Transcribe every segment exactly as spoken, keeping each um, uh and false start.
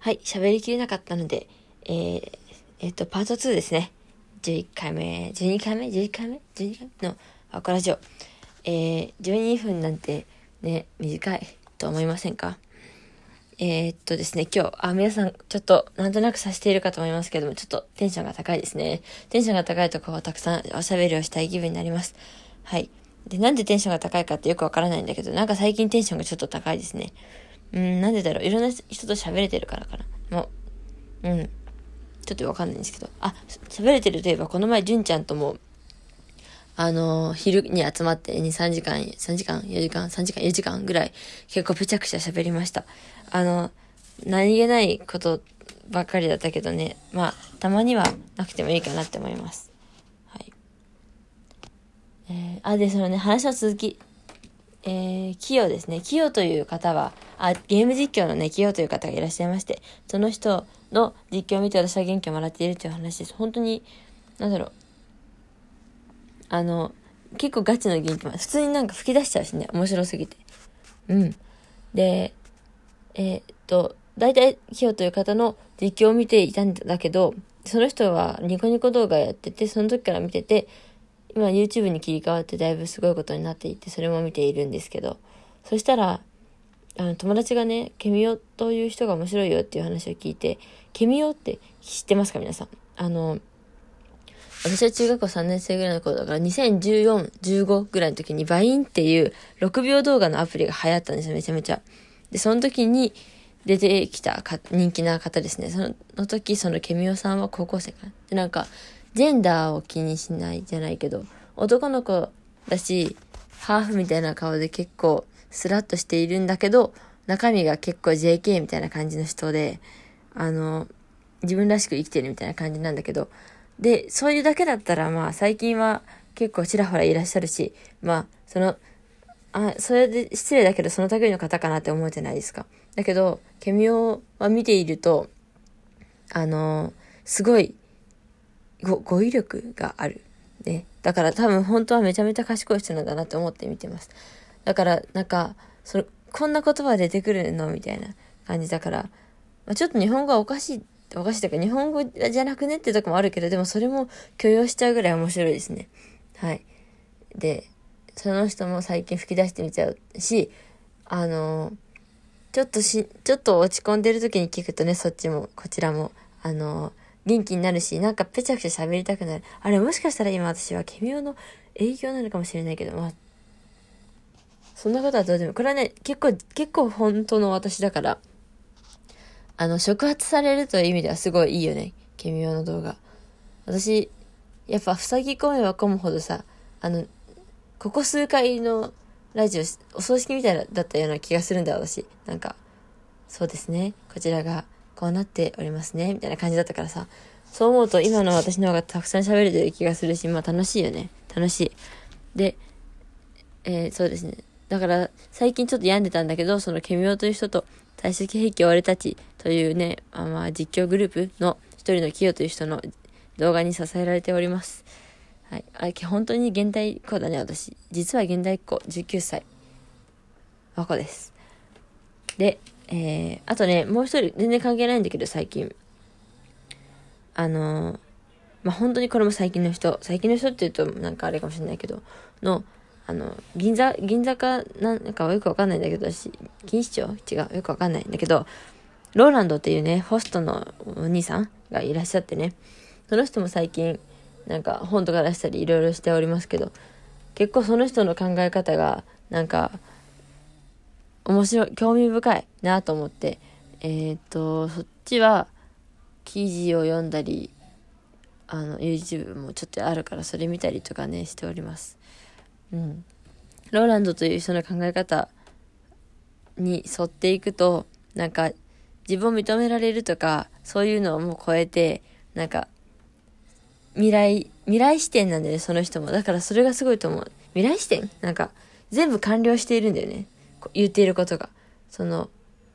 はい、喋りきれなかったので、えー、えっと、パートツーですね。じゅういっかいめ、じゅうにかいめ ?じゅういっかいめ ?じゅうにかいめのアコラジオ。えー、じゅうにふんなんてね、短いと思いませんか？えー、っとですね、今日、あ、皆さん、ちょっと、なんとなく察しているかと思いますけども、ちょっとテンションが高いですね。テンションが高いとこう、たくさんおしゃべりをしたい気分になります。はい。で、なんでテンションが高いかってよくわからないんだけど、なんか最近テンションがちょっと高いですね。うん、なんでだろう。いろんな人と喋れてるからかな。もう、うん。ちょっとわかんないんですけど。あ、喋れてるといえば、この前、純ちゃんとも、あのー、昼に集まってに、さんじかん、さんじかん、よじかん、さんじかん、よじかんぐらい、結構ぺちゃくちゃ喋りました。あの、何気ないことばっかりだったけどね。まあ、たまにはなくてもいいかなって思います。はい。えー、あ、で、そのね、話の続き。えー、キヨですね。キヨという方は、あ、ゲーム実況のね、キヨという方がいらっしゃいまして、その人の実況を見て私は元気をもらっているという話です。本当に、なんだろう。あの、結構ガチの元気も、普通になんか吹き出しちゃうしね、面白すぎて。うん。で、えーっと、大体キヨという方の実況を見ていたんだけど、その人はニコニコ動画やってて、その時から見てて、今 YouTube に切り替わってだいぶすごいことになっていて、それも見ているんですけど、そしたら、あの、友達がね、ケミオという人が面白いよっていう話を聞いて、ケミオって知ってますか皆さん？あの、私は中学校さんねん生ぐらいの頃だから、にせんじゅうよん、じゅうごぐらいの時にバインっていうろくびょう動画のアプリが流行ったんですよ、めちゃめちゃ。で、その時に出てきたか人気な方ですね。その時、そのケミオさんは高校生かな。で、なんか、ジェンダーを気にしないじゃないけど、男の子だし、ハーフみたいな顔で結構スラッとしているんだけど、中身が結構 ジェーケー みたいな感じの人で、あの、自分らしく生きてるみたいな感じなんだけど、で、そういうだけだったらまあ最近は結構ちらほらいらっしゃるし、まあ、その、あ、それで失礼だけどその類の方かなって思うじゃないですか。だけど、ケミオは見ていると、あの、すごい、ご、語彙力がある。ね。だから多分本当はめちゃめちゃ賢い人なんだなって思って見てます。だから、なんか、その、こんな言葉出てくるのみたいな感じだから、まあ、ちょっと日本語はおかしい、おかしいというか日本語じゃなくねってとこもあるけど、でもそれも許容しちゃうぐらい面白いですね。はい。で、その人も最近吹き出してみちゃうし、あの、ちょっとし、ちょっと落ち込んでる時に聞くとね、そっちも、こちらも、あの、元気になるし、なんかぺちゃくちゃ喋りたくなる。あれ、もしかしたら今私はケミオの営業なのかもしれないけど、まあ、そんなことはどうでも。これはね、結構、結構本当の私だから、あの、触発されるという意味ではすごいいいよね。ケミオの動画。私、やっぱ、ふさぎ込めば込むほどさ、あの、ここ数回のラジオ、お葬式みたいだったような気がするんだ、私。なんか、そうですね。こちらが、こうなっておりますね。みたいな感じだったからさ。そう思うと、今の私の方がたくさん喋れてる気がするし、まあ楽しいよね。楽しい。で、えー、そうですね。だから、最近ちょっと病んでたんだけど、そのケミオという人と、退職兵器俺たちというね、あまあ実況グループの一人のキヨという人の動画に支えられております。はい。あ、本当に現代っ子だね、私。実は現代っ子、じゅうきゅうさい。和子です。で、えー、あとね、もう一人、全然関係ないんだけど、最近。あのー、まあ、本当にこれも最近の人、最近の人って言うとなんかあれかもしれないけど、の、あの、銀座、銀座か、なんかよくわかんないんだけど、私、錦糸町違う、よくわかんないんだけど、ローランドっていうね、ホストのお兄さんがいらっしゃってね、その人も最近、なんか本とか出したりいろいろしておりますけど、結構その人の考え方が、なんか、面白い、興味深いなと思って、えーっと、そっちは、記事を読んだり、あの、YouTube もちょっとあるからそれ見たりとかね、しております。うん。ローランドという人の考え方に沿っていくと、なんか、自分を認められるとか、そういうのをもう超えて、なんか、未来、未来視点なんだよね、その人も。だからそれがすごいと思う。未来視点なんか、全部完了しているんだよね。言っていることが。その、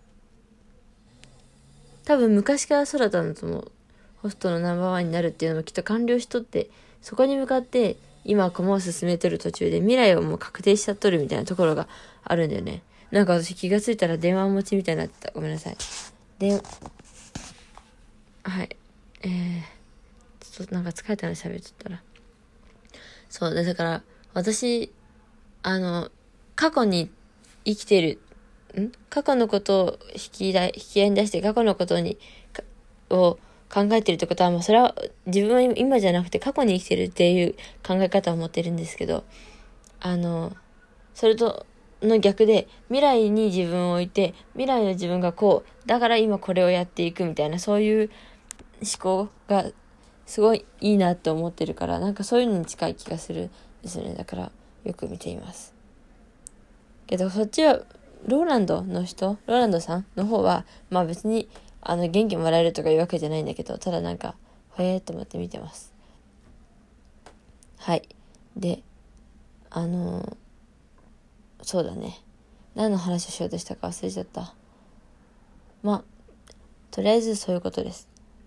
多分昔からそうだったんだと思う。ホストのナンバーワンになるっていうのもきっと完了しとって、そこに向かって今駒を進めとる途中で未来をもう確定しちゃっとるみたいなところがあるんだよね。なんか私気がついたら電話持ちみたいになってた。ごめんなさい。で、 はい。えー、ちょっとなんか疲れたの喋っちゃったら。そうで、だから、私、あの、過去に生きてる、ん過去のことを引きだ、引き合いに出して過去のことに、を考えてるってことは、もうそれは自分は今じゃなくて過去に生きてるっていう考え方を持ってるんですけど、あの、それとの逆で、未来に自分を置いて、未来の自分がこう、だから今これをやっていくみたいな、そういう思考がすごいいいなと思ってるから、なんかそういうのに近い気がするんですよね。だからよく見ています。けどそっちはローランドの人、ローランドさんの方は、まあ別にあの元気もらえるとかいうわけじゃないんだけど、ただなんかへーと思って見てます。はい。で、あのー、そうだね。何の話をしようとしたか忘れちゃった。まあとりあえずそういうことです。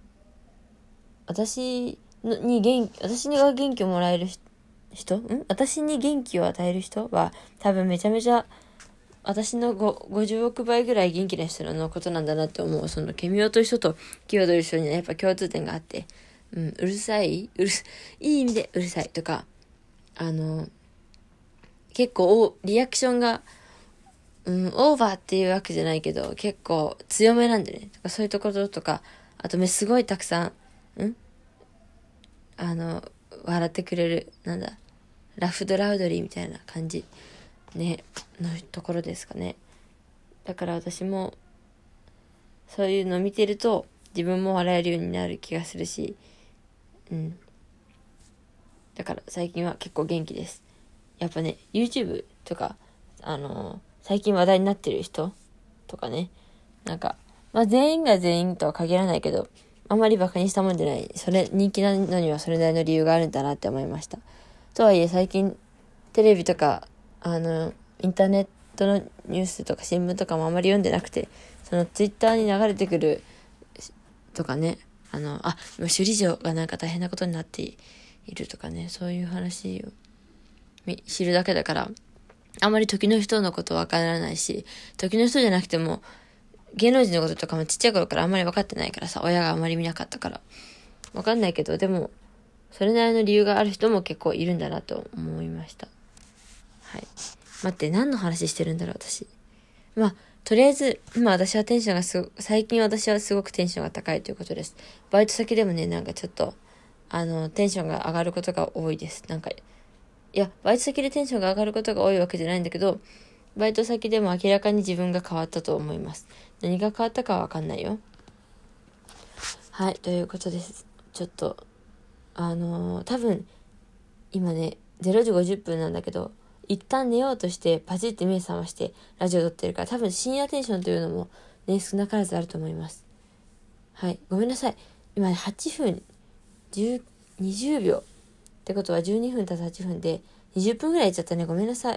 私に元気、私が元気をもらえる人、ん私に元気を与える人は多分めちゃめちゃ私のごじゅうおくばいぐらい元気な人のことなんだなって思う。そのケミオという人とキヨという人にはやっぱ共通点があって、うん、うるさい、うるす、いい意味でうるさいとか、あの、結構リアクションが、うん、オーバーっていうわけじゃないけど、結構強めなんでね。とかそういうところとか、あと目すごいたくさん、んあの、笑ってくれる、なんだ、ラフドラウドリーみたいな感じ、ね、のところですかね。だから私も、そういうのを見てると、自分も笑えるようになる気がするし、うん。だから最近は結構元気です。やっぱね、YouTube とか、あのー、最近話題になってる人とかね、なんか、まあ全員が全員とは限らないけど、あんまりバカにしたもんじゃない。それ、人気なのにはそれなりの理由があるんだなって思いました。とはいえ最近、テレビとか、あの、インターネットのニュースとか新聞とかもあんまり読んでなくて、そのツイッターに流れてくるとかね、あの、あ、今首里城がなんか大変なことになっているとかね、そういう話を知るだけだから、あんまり時の人のことわからないし、時の人じゃなくても、芸能人のこととかもちっちゃい頃からあんまり分かってないからさ、親があんまり見なかったから。わかんないけど、でも、それなりの理由がある人も結構いるんだなと思いました。はい。待って、何の話してるんだろう、私。まあ、とりあえず、今私はテンションがすご、最近私はすごくテンションが高いということです。バイト先でもね、なんかちょっと、あの、テンションが上がることが多いです。なんか、いや、バイト先でテンションが上がることが多いわけじゃないんだけど、バイト先でも明らかに自分が変わったと思います。何が変わったかはわかんないよ。はい、ということです。ちょっと、あのー、多分、今ね、れいじごじゅっぷんなんだけど、一旦寝ようとしてパチって目覚ましてラジオ撮ってるから、多分深夜テンションというのもね、少なからずあると思います。はい、ごめんなさい。今ね、はっぷん、じゅう、にじゅうびょう。ってことはじゅうにふんたすはっぷんでにじゅっぷんぐらいいっちゃったね。ごめんなさい。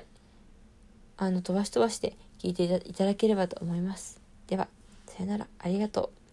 あの、飛ばし飛ばして聞いていただければと思います。では、さよなら。ありがとう。